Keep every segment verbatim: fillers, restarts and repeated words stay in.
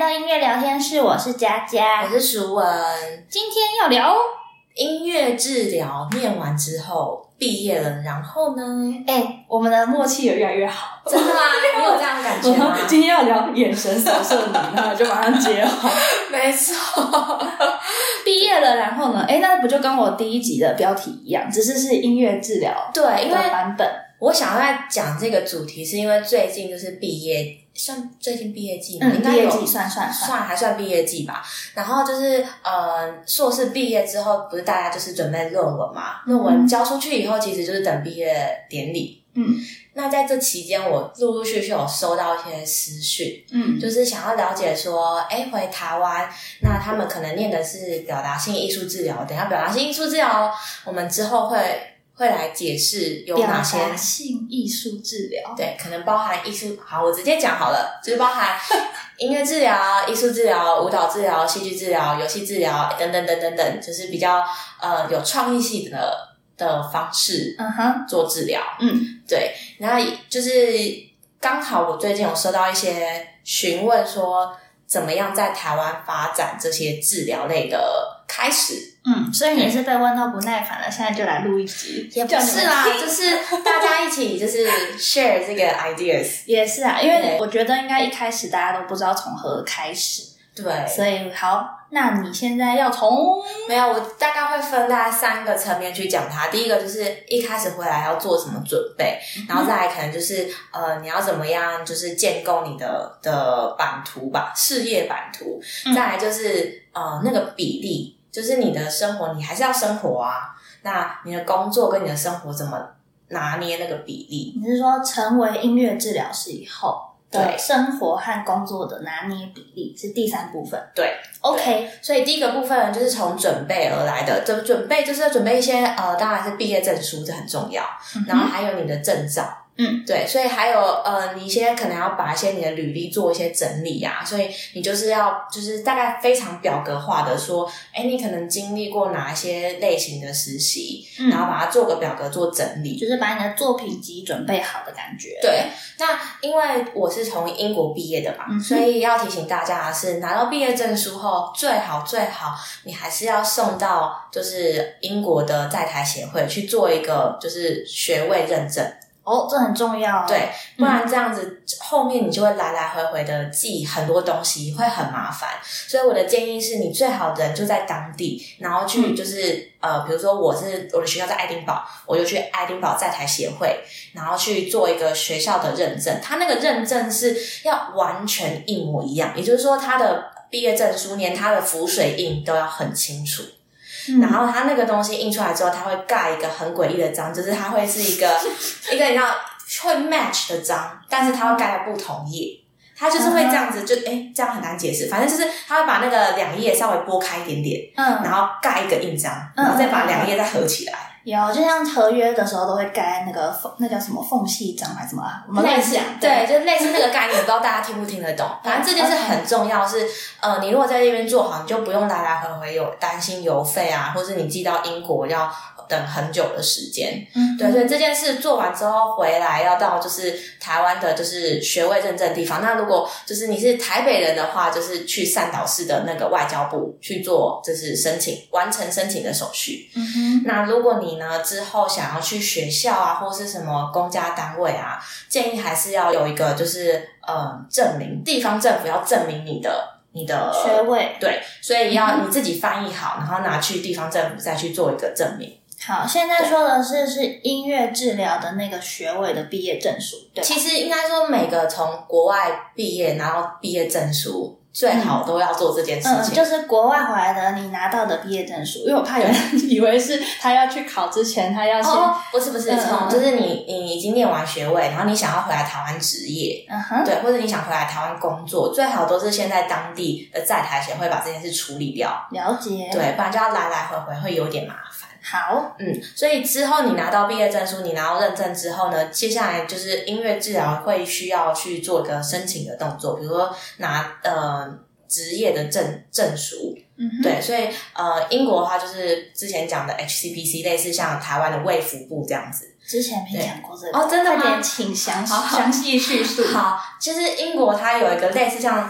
到音乐聊天室，我是佳佳， 我是淑文。 今天要聊音乐治疗，念完之后毕业了，然后呢？ 哎、欸，我们的默契有越来越好。 真的吗？你有这样感觉吗？ 今天要聊眼神扫射你，然后就马上接好。 没错。 毕业了，然后呢？哎、欸，那不就跟我第一集的标题一样，只是是音乐治疗对，因为版本。 我想要在讲这个主题，是因为最近就是毕业，算最近毕业季吗？ 嗯， 应该有毕业季算算算还算毕业季吧。然后就是呃，硕士毕业之后，不是大家就是准备论文嘛？论文交出去以后，其实就是等毕业典礼。 嗯， 那在这期间，我陆陆续续有收到一些私讯， 嗯， 就是想要了解说，哎，回台湾，那他们可能念的是表达性艺术治疗。等一下，表达性艺术治疗，我们之后会。会来解释有哪些表达性艺术治疗， 对，可能包含艺术。好，我直接讲好了，就是包含音乐治疗、艺术治疗、舞蹈治疗、戏剧治疗、游戏治疗等等等等等，就是比较呃有创意性的的方式， 嗯哼， 做治疗。 嗯， 对。然后就是刚好我最近有收到一些询问，说怎么样在台湾发展这些治疗类的开始。 嗯，所以你是被问到不耐烦了，现在就来录一集。 也不是啦，就是大家一起就是 share 这个 ideas。 也是啊，因为我觉得应该一开始大家都不知道从何开始。 对， 所以好，那你现在要从没有，我大概会分大概三个层面去讲它。第一个就是一开始回来要做什么准备，嗯、然后再来可能就是呃你要怎么样就是建构你的的版图吧，事业版图。嗯、再来就是呃那个比例。就是你的生活，你还是要生活啊。那你的工作跟你的生活怎么拿捏那个比例？ 你是说成为音乐治疗师以后的生活和工作的拿捏比例是第三部分？ 对 ，OK。 所以第一个部分就是从准备而来的，这准备就是要准备一些呃，当然是毕业证书，这很重要。嗯、然后还有你的证照。嗯，对，所以还有呃，你现在可能要把一些你的履历做一些整理啊，所以你就是要就是大概非常表格化的说，哎，你可能经历过哪一些类型的实习，嗯、然后把它做个表格做整理， 就是把你的作品集准备好的感觉。 对，那因为我是从英国毕业的嘛，嗯、所以要提醒大家的是，拿到毕业证书后，最好最好你还是要送到就是英国的在台协会去做一个就是学位认证。 哦，这很重要。 对，不然这样子、嗯、后面你就会来来回回的记很多东西，会很麻烦。所以我的建议是你最好的人就在当地，然后去就是、嗯、呃，比如说我是我的学校在爱丁堡，我就去爱丁堡在台协会，然后去做一个学校的认证。它那个认证是要完全一模一样，也就是说它的毕业证书连它的浮水印都要很清楚。嗯、然后它那个东西印出来之后，它会盖一个很诡异的章，就是它会是一个一个你知道会 match 的章，但是它会盖在不同页，它就是会这样子，就诶这样很难解释，反正就是它会把那个两页稍微拨开一点点，嗯，然后盖一个印章，然后再把两页再合起来。 有，就像合约的时候都会盖那个缝，那叫什么缝隙章还是什么啊？我们类似，对，就类似那个概念，我不知道大家听不听得懂。反正这件事很重要，是呃，你如果在这边做好，你就不用来来回回有担心邮费啊，或是你寄到英国要等很久的时间。嗯，对，所以这件事做完之后回来要到就是台湾的就是学位认证地方。那如果就是你是台北人的话，就是去善导市的那个外交部去做就是申请，完成申请的手续。嗯哼，那如果你呢之后想要去学校啊或是什么公家单位啊，建议还是要有一个就是呃证明，地方政府要证明你的你的学位。 对，所以要你自己翻译好，然后拿去地方政府再去做一个证明。 好，现在说的是是音乐治疗的那个学位的毕业证书，对吧？ 其实应该说每个从国外毕业拿到毕业证书最好都要做这件事情。 嗯，就是国外回来的你拿到的毕业证书，因为我怕有人以为是他要去考之前他要先哦，不是不是，从、嗯、就是你你已经念完学位，然后你想要回来台湾职业，嗯哼，对，或者你想回来台湾工作，最好都是先在当地的在台协会把这件事处理掉。 了解， 对，不然就要来来回回会有点麻烦。 好， 嗯，所以之后你拿到毕业证书，你拿到认证之后呢，接下来就是音乐治疗会需要去做一个申请的动作，比如说拿呃职业的证证书。嗯，对，所以呃英国的话就是之前讲的 H C P C， 类似像台湾的卫福部这样子。 之前没讲过这个哦，真的吗？ 快点请详详细叙述。 好，其实英国它有一个类似像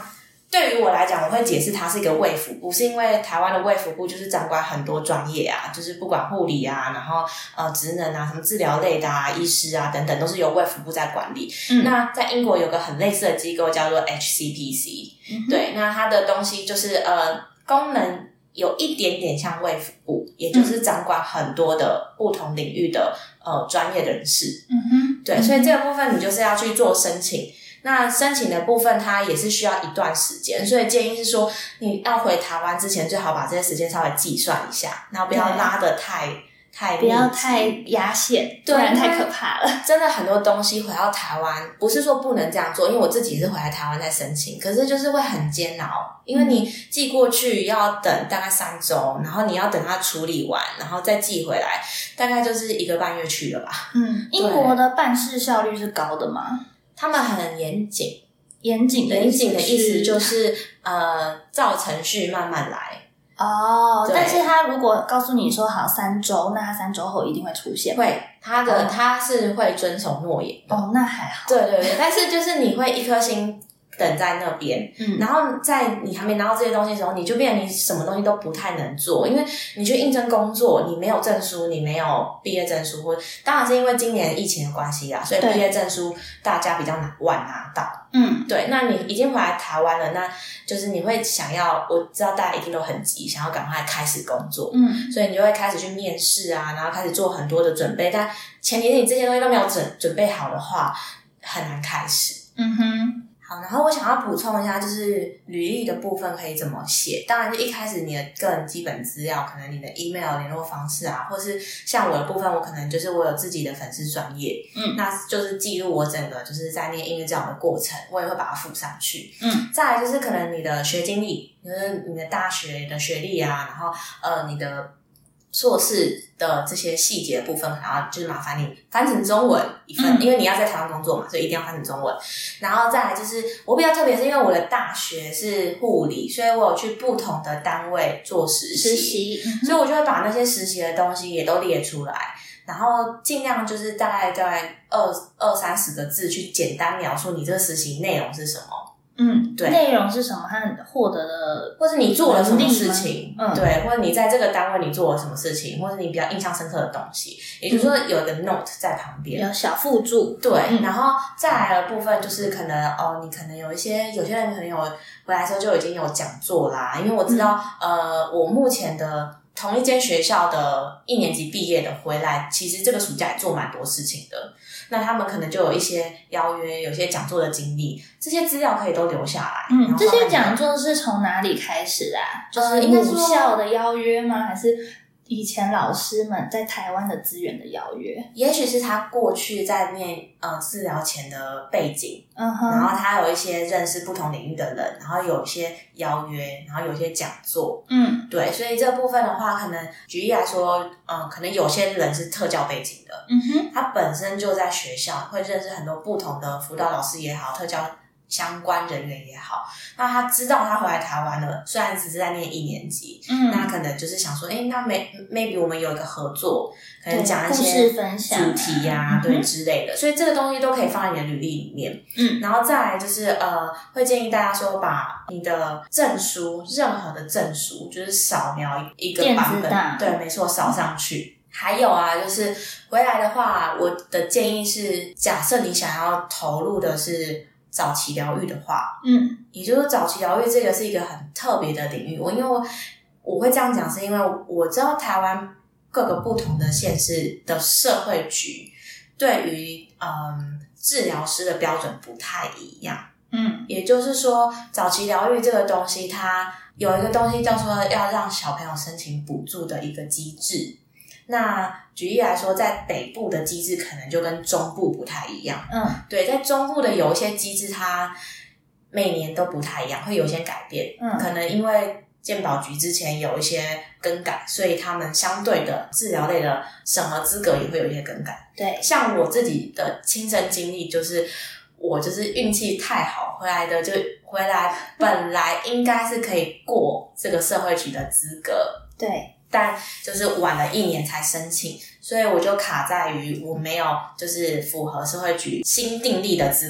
对于我来讲，我会解释它是一个卫福部，是因为台湾的卫福部就是掌管很多专业啊，就是不管护理啊，然后呃职能啊，什么治疗类的啊，医师啊等等，都是由卫福部在管理。嗯、那在英国有个很类似的机构叫做 H C P C，、嗯、对，那它的东西就是呃功能有一点点像卫福部，也就是掌管很多的不同领域的呃专业人士。嗯哼，对，所以这个部分你就是要去做申请。那申请的部分它也是需要一段时间，所以建议是说你要回台湾之前最好把这些时间稍微计算一下，然后不要拉得太太不要太压线，不然太可怕了。 真的很多东西回到台湾不是说不能这样做，因为我自己也是回来台湾在申请，可是就是会很煎熬，因为你寄过去要等大概三周，然后你要等它处理完然后再寄回来，大概就是一个半月去了吧。 嗯，英国的办事效率是高的吗？ 他们很严谨， 严谨的严谨的意思就是呃，照程序慢慢来。 哦，但是他如果告诉你说好三周，那他三周后一定会出现。 会，他的、哦、他是会遵守诺言的。 哦，那还好。 对对对，但是就是你会一颗心等在那边，嗯，然后在你还没拿到这些东西的时候，你就变成你什么东西都不太能做，因为你去应征工作，你没有证书，你没有毕业证书，或当然是因为今年疫情的关系啦，所以毕业证书大家比较难晚拿到。嗯，对，那你已经回来台湾了，那就是你会想要，我知道大家一定都很急，想要赶快开始工作，嗯，所以你就会开始去面试啊，然后开始做很多的准备，但前提是你这些东西都没有准准备好的话，很难开始。嗯哼。好，然后我想要补充一下，就是履历的部分可以怎么写。当然，就一开始你的个人基本资料，可能你的 email 联络方式啊，或是像我的部分，我可能就是我有自己的粉丝专页，嗯，那就是记录我整个就是在念音乐治疗的过程，我也会把它附上去。嗯，再来就是可能你的学经历，就是你的大学的学历啊，然后呃你的硕士的这些细节的部分，然后就是麻烦你翻成中文一份、嗯、因为你要在台湾工作嘛，所以一定要翻成中文。然后再来就是我比较特别是因为我的大学是护理，所以我有去不同的单位做实习， 实习、嗯、 所以我就会把那些实习的东西也都列出来，然后尽量就是大概大概二二三十个字去简单描述你这个实习内容是什么。 嗯，对，内容是什么和获得的， 或是你做了什么事情，嗯，对，或者你在这个单位你做了什么事情，或者你比较印象深刻的东西，也就是说有一个 note 在旁边， 有小附注， 对、嗯，然后再来的部分就是可能哦，你可能有一些有些人可能有回来的时候就已经有讲座啦，因为我知道、嗯、呃，我目前的同一间学校的一年级毕业的回来，其实这个暑假也做蛮多事情的。那他们可能就有一些邀约，有些讲座的经历，这些资料可以都留下来。 嗯，这些讲座是从哪里开始啊？就是母校的邀约吗？还是以前老师们在台湾的资源的邀约？ 也许是他过去在念呃治疗前的背景，嗯哼，然后他有一些认识不同领域的人，然后有一些邀约，然后有一些讲座，嗯，对，所以这部分的话，可能举例来说，嗯，可能有些人是特教背景的，嗯哼，他本身就在学校会认识很多不同的辅导老师也好，特教相关人员也好，那他知道他回来台湾了，虽然只是在念一年级，嗯，那可能就是想说，诶，那 maybe 我们有一个合作，可能讲一些主题呀、啊，对、嗯、之类的，所以这个东西都可以放在你的履历里面，嗯，然后再来就是呃，会建议大家说，把你的证书，任何的证书，就是扫描一个版本，对，没错，扫上去。还有啊，就是回来的话，我的建议是，假设你想要投入的是早期疗愈的话，嗯，也就是早期疗愈这个是一个很特别的领域。我因为我我会这样讲，是因为我知道台湾各个不同的县市的社会局对于嗯治疗师的标准不太一样。嗯，也就是说，早期疗愈这个东西，它有一个东西叫做要让小朋友申请补助的一个机制。那举例来说，在北部的机制可能就跟中部不太一样。嗯，对，在中部的有一些机制，它每年都不太一样，会有一些改变。嗯，可能因为健保局之前有一些更改，所以他们相对的治疗类的审核资格也会有一些更改。 对， 像我自己的亲身经历，就是我就是运气太好，回来的就回来本来应该是可以过这个社会局的资格。 对。 但就是晚了一年才申请，所以我就卡在于我没有就是符合社会局新订立的资格。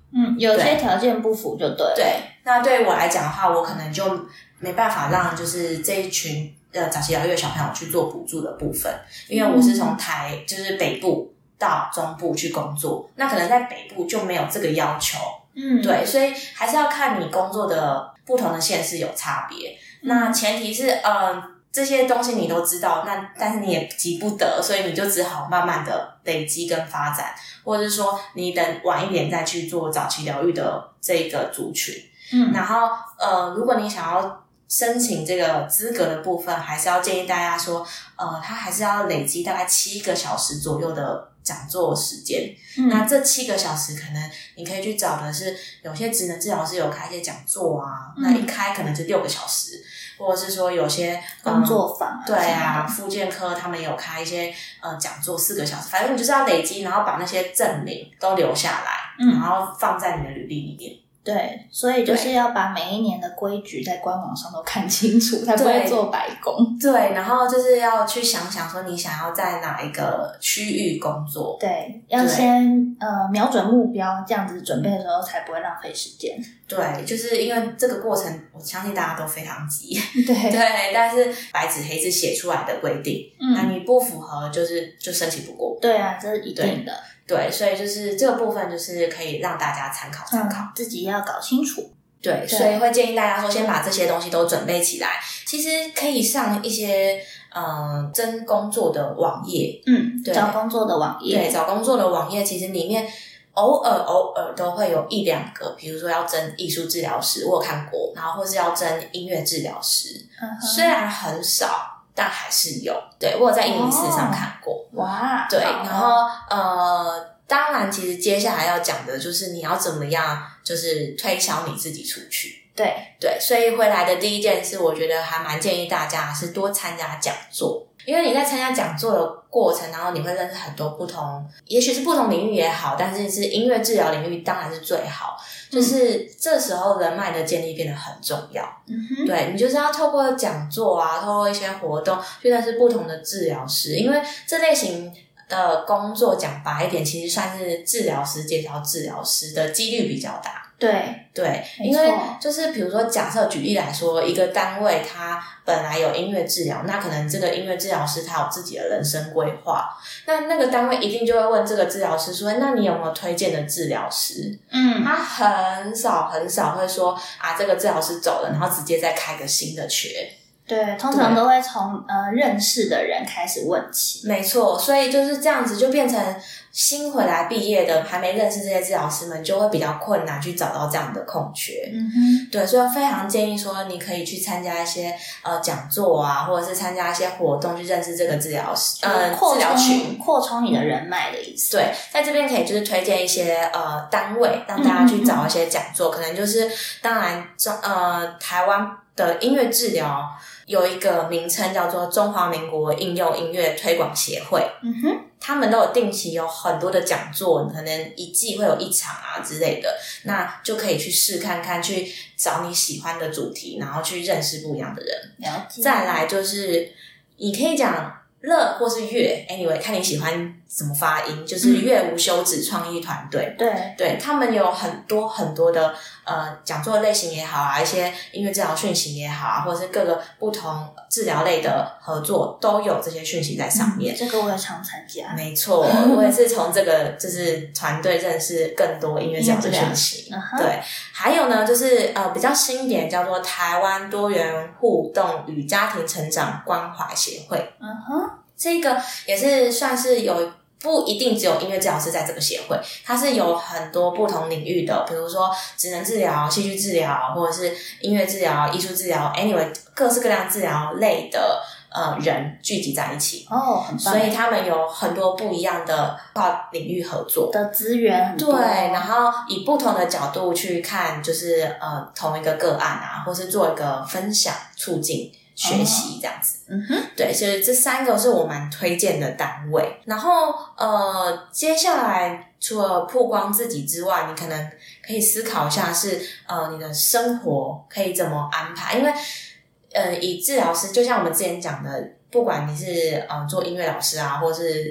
嗯，有些条件不符就对了。 对，那对于我来讲的话，我可能就没办法让就是这一群呃早期疗愈的小朋友去做补助的部分，因为我是从台就是北部到中部去工作，那可能在北部就没有这个要求。嗯，对，所以还是要看你工作的不同的县市有差别。嗯、那前提是，嗯、呃，这些东西你都知道，那但是你也急不得，所以你就只好慢慢的累积跟发展，或者是说你等晚一点再去做早期疗愈的这个族群。嗯，然后呃，如果你想要申请这个资格的部分，还是要建议大家说，呃，他还是要累积大概七个小时左右的讲座时间。嗯、那这七个小时可能你可以去找的是，有些职能治疗师有开一些讲座啊，嗯、那一开可能就六个小时，或者是说有些工作坊、啊嗯，对啊，复健科他们有开一些呃讲座四个小时，反正你就是要累积，然后把那些证明都留下来，嗯、然后放在你的履历里面。 对，所以就是要把每一年的规矩在官网上都看清楚，才不会做白工。 对，然后就是要去想想说你想要在哪一个区域工作。 对，要先呃瞄准目标，这样子准备的时候才不会浪费时间。 对，就是因为这个过程，我相信大家都非常急。 对对，但是白纸黑字写出来的规定，嗯、那你不符合就是就申请不过。 对啊，这是一定的。 对，所以就是这个部分就是可以让大家参考参考， 嗯、自己要搞清楚。 对，所以会建议大家说，先把这些东西都准备起来。其实可以上一些嗯征工作的网页， 嗯，对，找工作的网页， 对，找工作的网页，其实里面偶尔偶尔都会有一两个，比如说要征艺术治疗师，我有看过，然后或是要征音乐治疗师，嗯、虽然很少。但还是有，对，我有在一零四上看过。 哦、哇， 对，然后呃，当然，其实接下来要讲的就是你要怎么样，就是推销你自己出去。 对对，所以回来的第一件事，我觉得还蛮建议大家是多参加讲座，因为你在参加讲座的过程，然后你会认识很多不同，也许是不同领域也好，但是是音乐治疗领域当然是最好。就是这时候人脉的建立变得很重要。嗯哼，对，你就是要透过讲座啊，透过一些活动去认识不同的治疗师，因为这类型的工作讲白一点，其实算是治疗师介绍治疗师的几率比较大。 对对，因为就是比如说假设举例来说，一个单位它本来有音乐治疗，那可能这个音乐治疗师他有自己的人生规划，那那个单位一定就会问这个治疗师说，那你有没有推荐的治疗师？嗯，他很少很少会说啊，这个治疗师走了，然后直接再开个新的缺。 对，通常都会从呃认识的人开始问起。 没错，所以就是这样子，就变成新回来毕业的还没认识这些治疗师们，就会比较困难去找到这样的空缺。嗯哼，对，所以非常建议说，你可以去参加一些呃讲座啊，或者是参加一些活动，去认识这个治疗师，呃，治疗群， 扩充你的人脉的意思。 对，在这边可以就是推荐一些呃单位，让大家去找一些讲座，嗯、可能就是当然中呃台湾的音乐治疗。有一个名称叫做中华民国应用音乐推广协会，嗯哼，他们都有定期有很多的讲座，可能一季会有一场啊之类的，那就可以去试看看，去找你喜欢的主题，然后去认识不一样的人。 了解。 再来就是你可以讲乐或是乐 anyway 看你喜欢怎么发音，就是乐无休止创意团队、 嗯、对对，他们有很多很多的呃讲座类型也好啊，一些音乐治疗讯息也好啊，或者是各个不同治疗类的合作都有这些讯息在上面、 嗯、这个我也常参加。 没错，我也是从这个就是团队认识更多音乐治疗的讯息、嗯、对，还有呢就是呃比较新一点叫做台湾多元互动与家庭成长关怀协会。嗯哼，这个也是算是有不一定只有音乐治疗师在这个协会，它是有很多不同领域的，比如说职能治疗、戏剧治疗，或者是音乐治疗、艺术治疗 anyway 各式各样治疗类的呃人聚集在一起。 哦，很棒。 所以他们有很多不一样的跨领域合作的资源很多， 对，然后以不同的角度去看，就是呃同一个个案啊，或是做一个分享促进学习这样子、哦、嗯哼，对，所以这三个是我蛮推荐的单位。然后呃，接下来除了曝光自己之外，你可能可以思考一下是呃你的生活可以怎么安排，因为呃以治疗师，就像我们之前讲的，不管你是呃做音乐老师啊，或是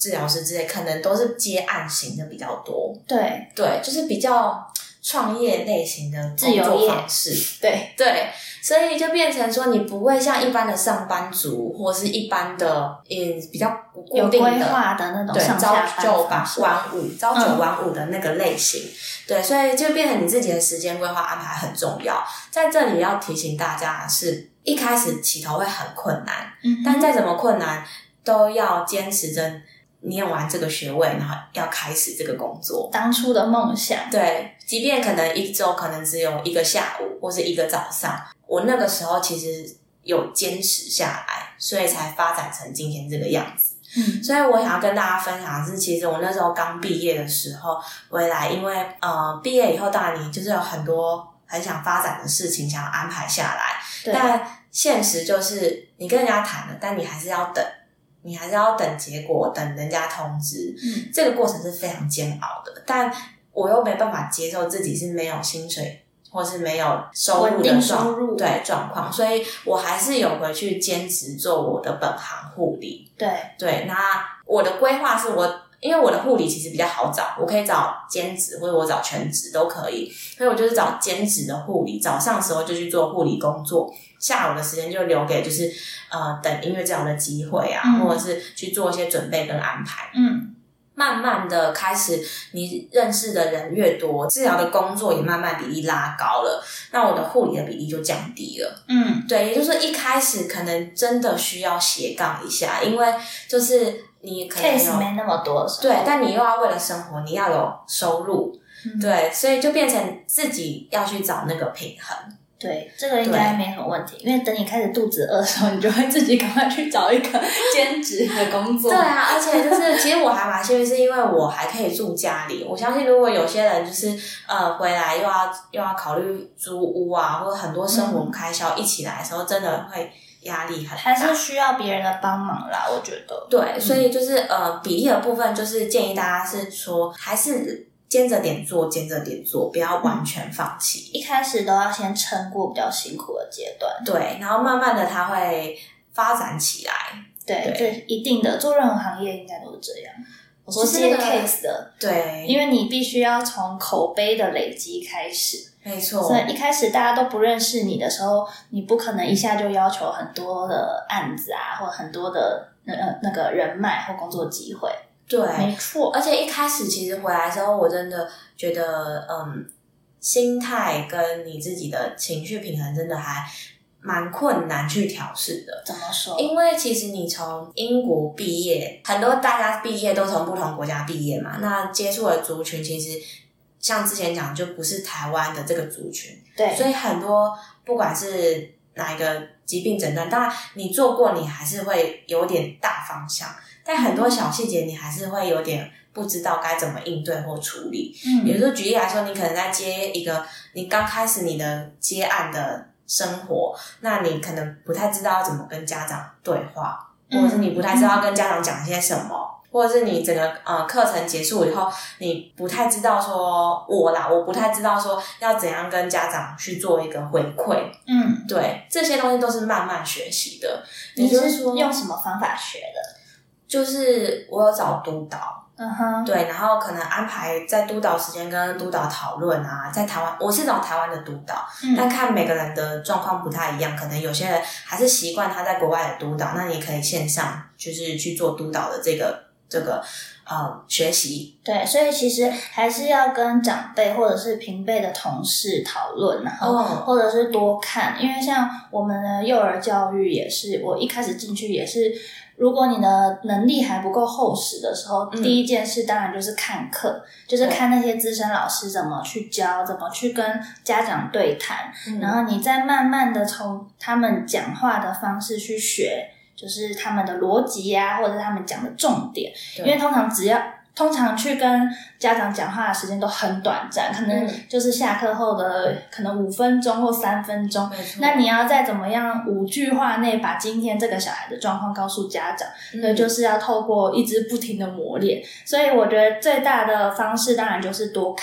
治疗师之类，可能都是接案型的比较多。 对对，就是比较创业类型的工作方式。 对对，所以就变成说，你不会像一般的上班族，或是一般的嗯比较固定的有规划的那种上下班对朝九晚五、朝九晚五的那个类型。嗯、对，所以就变成你自己的时间规划安排很重要。在这里要提醒大家的是，一开始起头会很困难，嗯，但再怎么困难都要坚持着念完这个学位，然后要开始这个工作。 当初的梦想， 对，即便可能一周可能只有一个下午或是一个早上，我那个时候其实有坚持下来，所以才发展成今天这个样子。嗯，所以我想要跟大家分享的是，其实我那时候刚毕业的时候回来，因为呃毕业以后，当然你就是有很多很想发展的事情想要安排下来，但现实就是你跟人家谈了，但你还是要等。你还是要等结果，等人家通知，嗯，这个过程是非常煎熬的。但我又没办法接受自己是没有薪水或是没有收入的收入对状况，所以我还是有回去兼职做我的本行护理。 对对，那我的规划是我因为我的护理其实比较好找，我可以找兼职或者我找全职都可以，所以我就是找兼职的护理，早上的时候就去做护理工作，下午的时间就留给就是呃等音乐治疗的机会啊、嗯，或者是去做一些准备跟安排。嗯，慢慢的开始你认识的人越多，治疗的工作也慢慢比例拉高了，那我的护理的比例就降低了。嗯，对，也就是说一开始可能真的需要斜杠一下，因为就是你可能有 case 没那么多， 对，但你又要为了生活，你要有收入，嗯、对，所以就变成自己要去找那个平衡。 对，这个应该没什么问题，因为等你开始肚子饿的时候，你就会自己赶快去找一个兼职的工作。 对啊，而且就是其实我还蛮幸运，是因为我还可以住家里。我相信如果有些人就是呃回来又要又要考虑租屋啊，或者很多生活开销一起来的时候，嗯、真的会压力很大， 还是需要别人的帮忙啦，我觉得。 对，所以就是呃比例的部分，就是建议大家是说还是兼着点做，兼着点做，不要完全放弃。 一开始都要先撑过比较辛苦的阶段， 对，然后慢慢的它会发展起来。 对，这一定的，做任何行业应该都是这样。我说接 case 的， 对， 因为你必须要从口碑的累积开始。 没错， 所以一开始大家都不认识你的时候，你不可能一下就要求很多的案子啊，或很多的那那个人脉或工作机会。 对， 没错。 而且一开始其实回来的时候，我真的觉得，嗯，心态跟你自己的情绪平衡真的还蛮困难去调试的。 怎么说？ 因为其实你从英国毕业，很多大家毕业都从不同国家毕业嘛，那接触的族群其实像之前讲就不是台湾的这个族群， 对， 所以很多不管是哪一个疾病诊断，当然你做过，你还是会有点大方向。但很多小细节你还是会有点不知道该怎么应对或处理。嗯，比如说举例来说，你可能在接一个你刚开始你的接案的生活，那你可能不太知道要怎么跟家长对话，或者是你不太知道跟家长讲些什么，或者是你整个呃课程结束以后，你不太知道说我啦，我不太知道说要怎样跟家长去做一个回馈。嗯，对，这些东西都是慢慢学习的。 你是用什么方法学的？ 就是我有找督导， 嗯哼， 对，然后可能安排在督导时间跟督导讨论啊，在台湾我是找台湾的督导、嗯，但看每个人的状况不太一样，可能有些人还是习惯他在国外的督导，那你可以线上就是去做督导的这个这个呃学习。对， 所以其实还是要跟长辈或者是平辈的同事讨论，然后或者是多看、哦，因为像我们的幼儿教育也是，我一开始进去也是。如果你的能力还不够厚实的时候、嗯、第一件事当然就是看课，就是看那些资深老师怎么去教，怎么去跟家长对谈、嗯、然后你再慢慢的从他们讲话的方式去学，就是他们的逻辑啊，或者是他们讲的重点，因为通常只要通常去跟家长讲话的时间都很短暂，可能就是下课后的可能五分钟或三分钟，那你要再怎么样五句话内把今天这个小孩的状况告诉家长，所以就是要透过一直不停的磨练。所以我觉得最大的方式当然就是多看，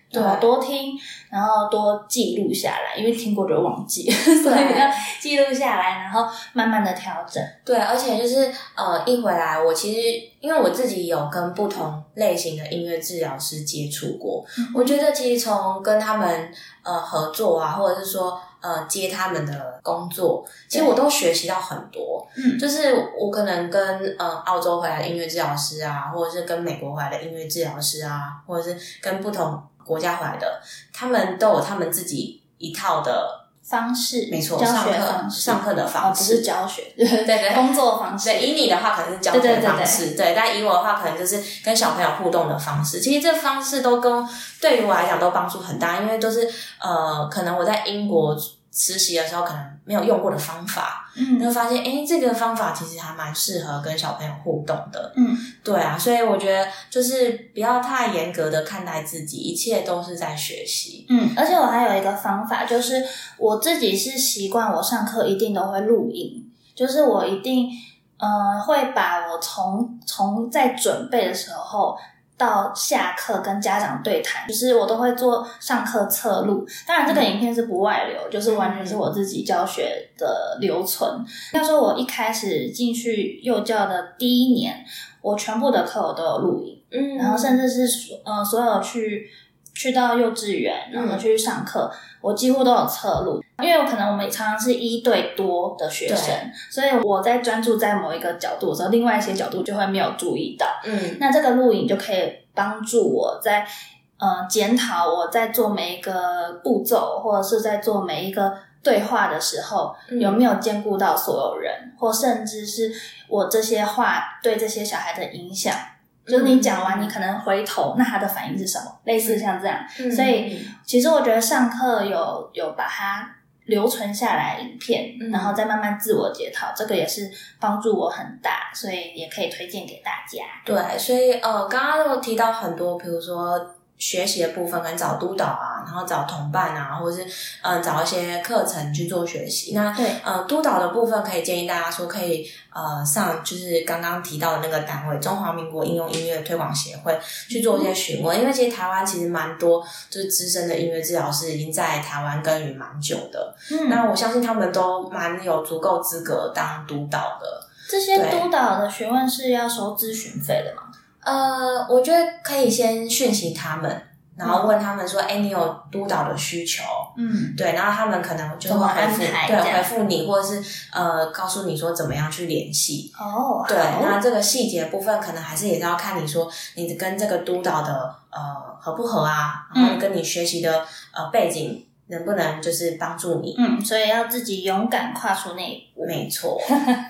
然后多听，然后多记录下来，因为听过就忘记，所以要记录下来，然后慢慢的调整。 对，而且就是呃，一回来我其实因为我自己有跟不同类型的音乐治疗师接触过，嗯、我觉得其实从跟他们呃合作啊，或者是说呃接他们的工作，其实我都学习到很多。嗯，就是我可能跟呃澳洲回来的音乐治疗师啊，或者是跟美国回来的音乐治疗师啊，或者是跟不同国家回来的，他们都有他们自己一套的方式， 没错， 教学方式， 上课的方式， 哦，不是教学，对对对， 工作方式。 对，以你的话可能是教学方式，对, 对, 对, 对, 对，但以我的话可能就是跟小朋友互动的方式。其实这方式都跟对于我来讲都帮助很大，因为都是呃，可能我在英国实习的时候可能没有用过的方法，嗯，就发现诶这个方法其实还蛮适合跟小朋友互动的，嗯，对啊，所以我觉得就是不要太严格的看待自己，一切都是在学习， 嗯，而且我还有一个方法，就是我自己是习惯我上课一定都会录音，就是我一定呃会把我从从在准备的时候到下课跟家长对谈，就是我都会做上课侧录，当然这个影片是不外流，嗯、就是完全是我自己教学的留存。要说我一开始进去幼教的第一年，我全部的课我都有录影，嗯，然后甚至是呃所有去去到幼稚园然后去上课，嗯、我几乎都有侧录，因为可能我们常常是一对多的学生，所以我在专注在某一个角度的时候，另外一些角度就会没有注意到。嗯，那这个录影就可以帮助我在呃检讨我在做每一个步骤，或者是在做每一个对话的时候，嗯、有没有兼顾到所有人，或甚至是我这些话对这些小孩的影响。就是你讲完，你可能回头，那他的反应是什么？类似像这样，嗯、所以其实我觉得上课有有把它留存下来影片，嗯、然后再慢慢自我检讨，这个也是帮助我很大，所以也可以推荐给大家。 对，所以呃，刚刚有提到很多，比如说学习的部分，可能找督导啊，然后找同伴啊，或者是嗯、呃、找一些课程去做学习。那对呃督导的部分，可以建议大家说可以呃上就是刚刚提到的那个单位中华民国应用音乐推广协会去做一些询问，嗯、因为其实台湾其实蛮多就是资深的音乐治疗师已经在台湾耕耘蛮久的，嗯，那我相信他们都蛮有足够资格当督导的。 这些督导的学问是要收咨询费的吗？ 呃，我觉得可以先讯息他们，然后问他们说，哎、嗯，你有督导的需求，嗯，对，然后他们可能就会回复，对，回复你，或者是呃，告诉你说怎么样去联系。哦，对，那这个细节部分可能还是也是要看你说你跟这个督导的呃合不合啊，然后跟你学习的呃背景能不能就是帮助你， 嗯，所以要自己勇敢跨出那一步， 没错。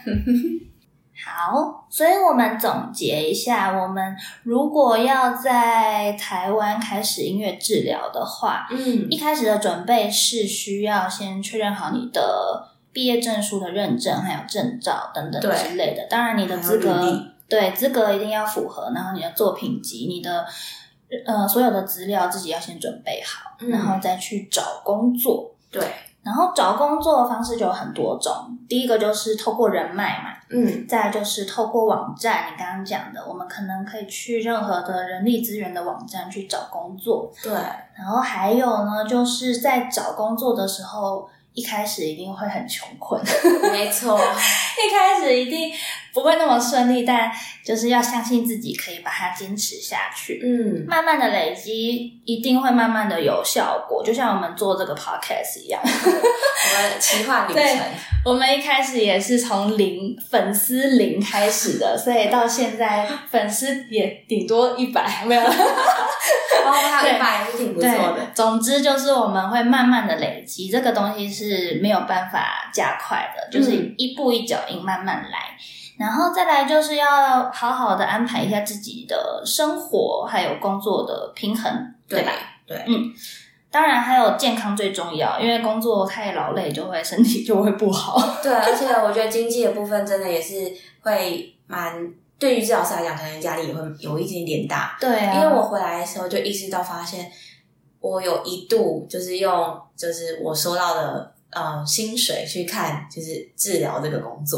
好，所以我们总结一下，我们如果要在台湾开始音乐治疗的话，嗯，一开始的准备是需要先确认好你的毕业证书的认证，还有证照等等之类的。当然，你的资格对资格一定要符合，然后你的作品集、你的呃所有的资料自己要先准备好，嗯、然后再去找工作。 对。 然后找工作的方式就有很多种，第一个就是透过人脉嘛，嗯，再来就是透过网站，你刚刚讲的，我们可能可以去任何的人力资源的网站去找工作， 对。 然后还有呢，就是在找工作的时候，一开始一定会很穷困， 没错， 一开始一定不会那么顺利，但就是要相信自己可以把它坚持下去，嗯，慢慢的累积一定会慢慢的有效果，就像我们做这个 podcast 一样， 我们奇幻旅程，对， 我们一开始也是从零粉丝零开始的，所以到现在粉丝也顶多一百，没有了。 哦，还有一百也是挺不错的。 总之就是我们会慢慢的累积，这个东西是没有办法加快的，就是一步一脚印慢慢来。然后再来就是要好好的安排一下自己的生活还有工作的平衡，对吧？ 对， 嗯，当然还有健康最重要，因为工作太劳累就会身体就会不好。 对，而且我觉得经济的部分真的也是会蛮，对于治疗师来讲可能压力也会有一点点大。 对啊， 因为我回来的时候就意识到发现我有一度就是用就是我收到的呃薪水去看就是治疗这个工作。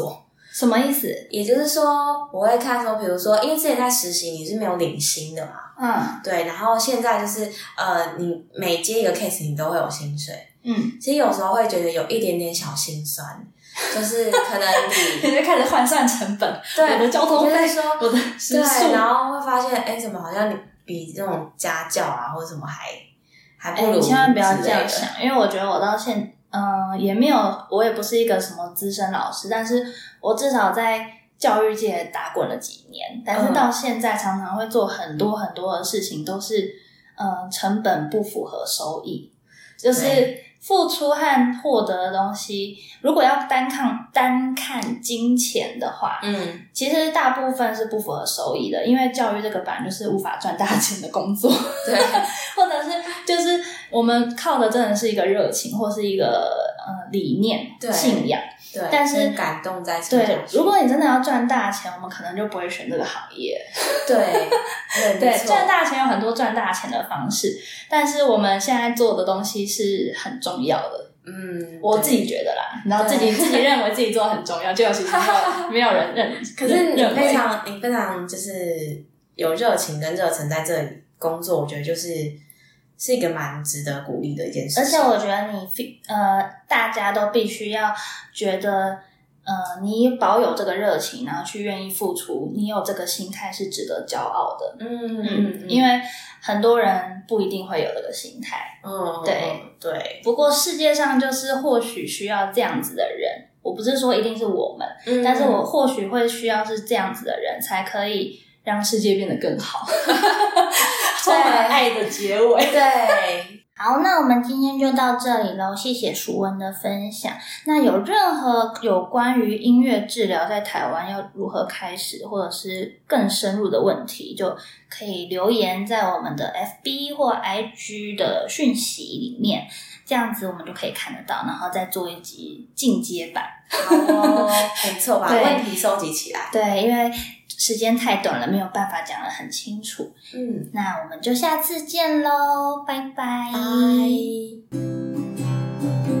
什么意思？ 也就是说，我会看说，比如说，因为之前在实习你是没有领薪的嘛， 嗯， 对，然后现在就是呃，你每接一个 case 你都会有薪水， 嗯， 其实有时候会觉得有一点点小心酸，就是可能你你就开始换算成本， 对， 我的交通费， 说我的时速， 对，然后会发现，哎，怎么好像你比这种家教啊或者什么还还不如， 你千万不要这样想，因为我觉得我到现嗯、呃、也没有，我也不是一个什么资深老师，但是我至少在教育界打滚了几年，但是到现在常常会做很多很多的事情，都是嗯、呃、成本不符合收益，就是付出和获得的东西，如果要单看单看金钱的话， 嗯， 其实大部分是不符合收益的，因为教育这个本来就是无法赚大钱的工作， 对， 或者是就是我们靠的真的是一个热情或是一个呃理念、信仰， 对， 但是感动在对，如果你真的要赚大钱，我们可能就不会选这个行业。 对， 对对，赚大钱有很多赚大钱的方式，但是我们现在做的东西是很重要的。嗯，我自己觉得啦，然后自己自己认为自己做得很重要，结果其实没有没有人认。 可是你非常你非常就是有热情跟热忱在这里工作，我觉得就是是一个蛮值得鼓励的一件事情。 而且我觉得你呃，大家都必须要觉得。呃，你保有这个热情，然后去愿意付出，你有这个心态是值得骄傲的。嗯嗯，因为很多人不一定会有这个心态。嗯，对对。 不过世界上就是或许需要这样子的人，我不是说一定是我们，嗯、但是我或许会需要是这样子的人，才可以让世界变得更好。充满爱的结尾。 对。 好，那我们今天就到这里咯，谢谢淑文的分享。那有任何有关于音乐治疗在台湾要如何开始，或者是更深入的问题，就可以留言在我们的 F B 或 I G 的讯息里面，这样子我们就可以看得到，然后再做一集进阶版。 好哦，没错，把问题收集起来。 对，因为时间太短了，没有办法讲得很清楚。嗯，那我们就下次见咯，拜拜。 拜。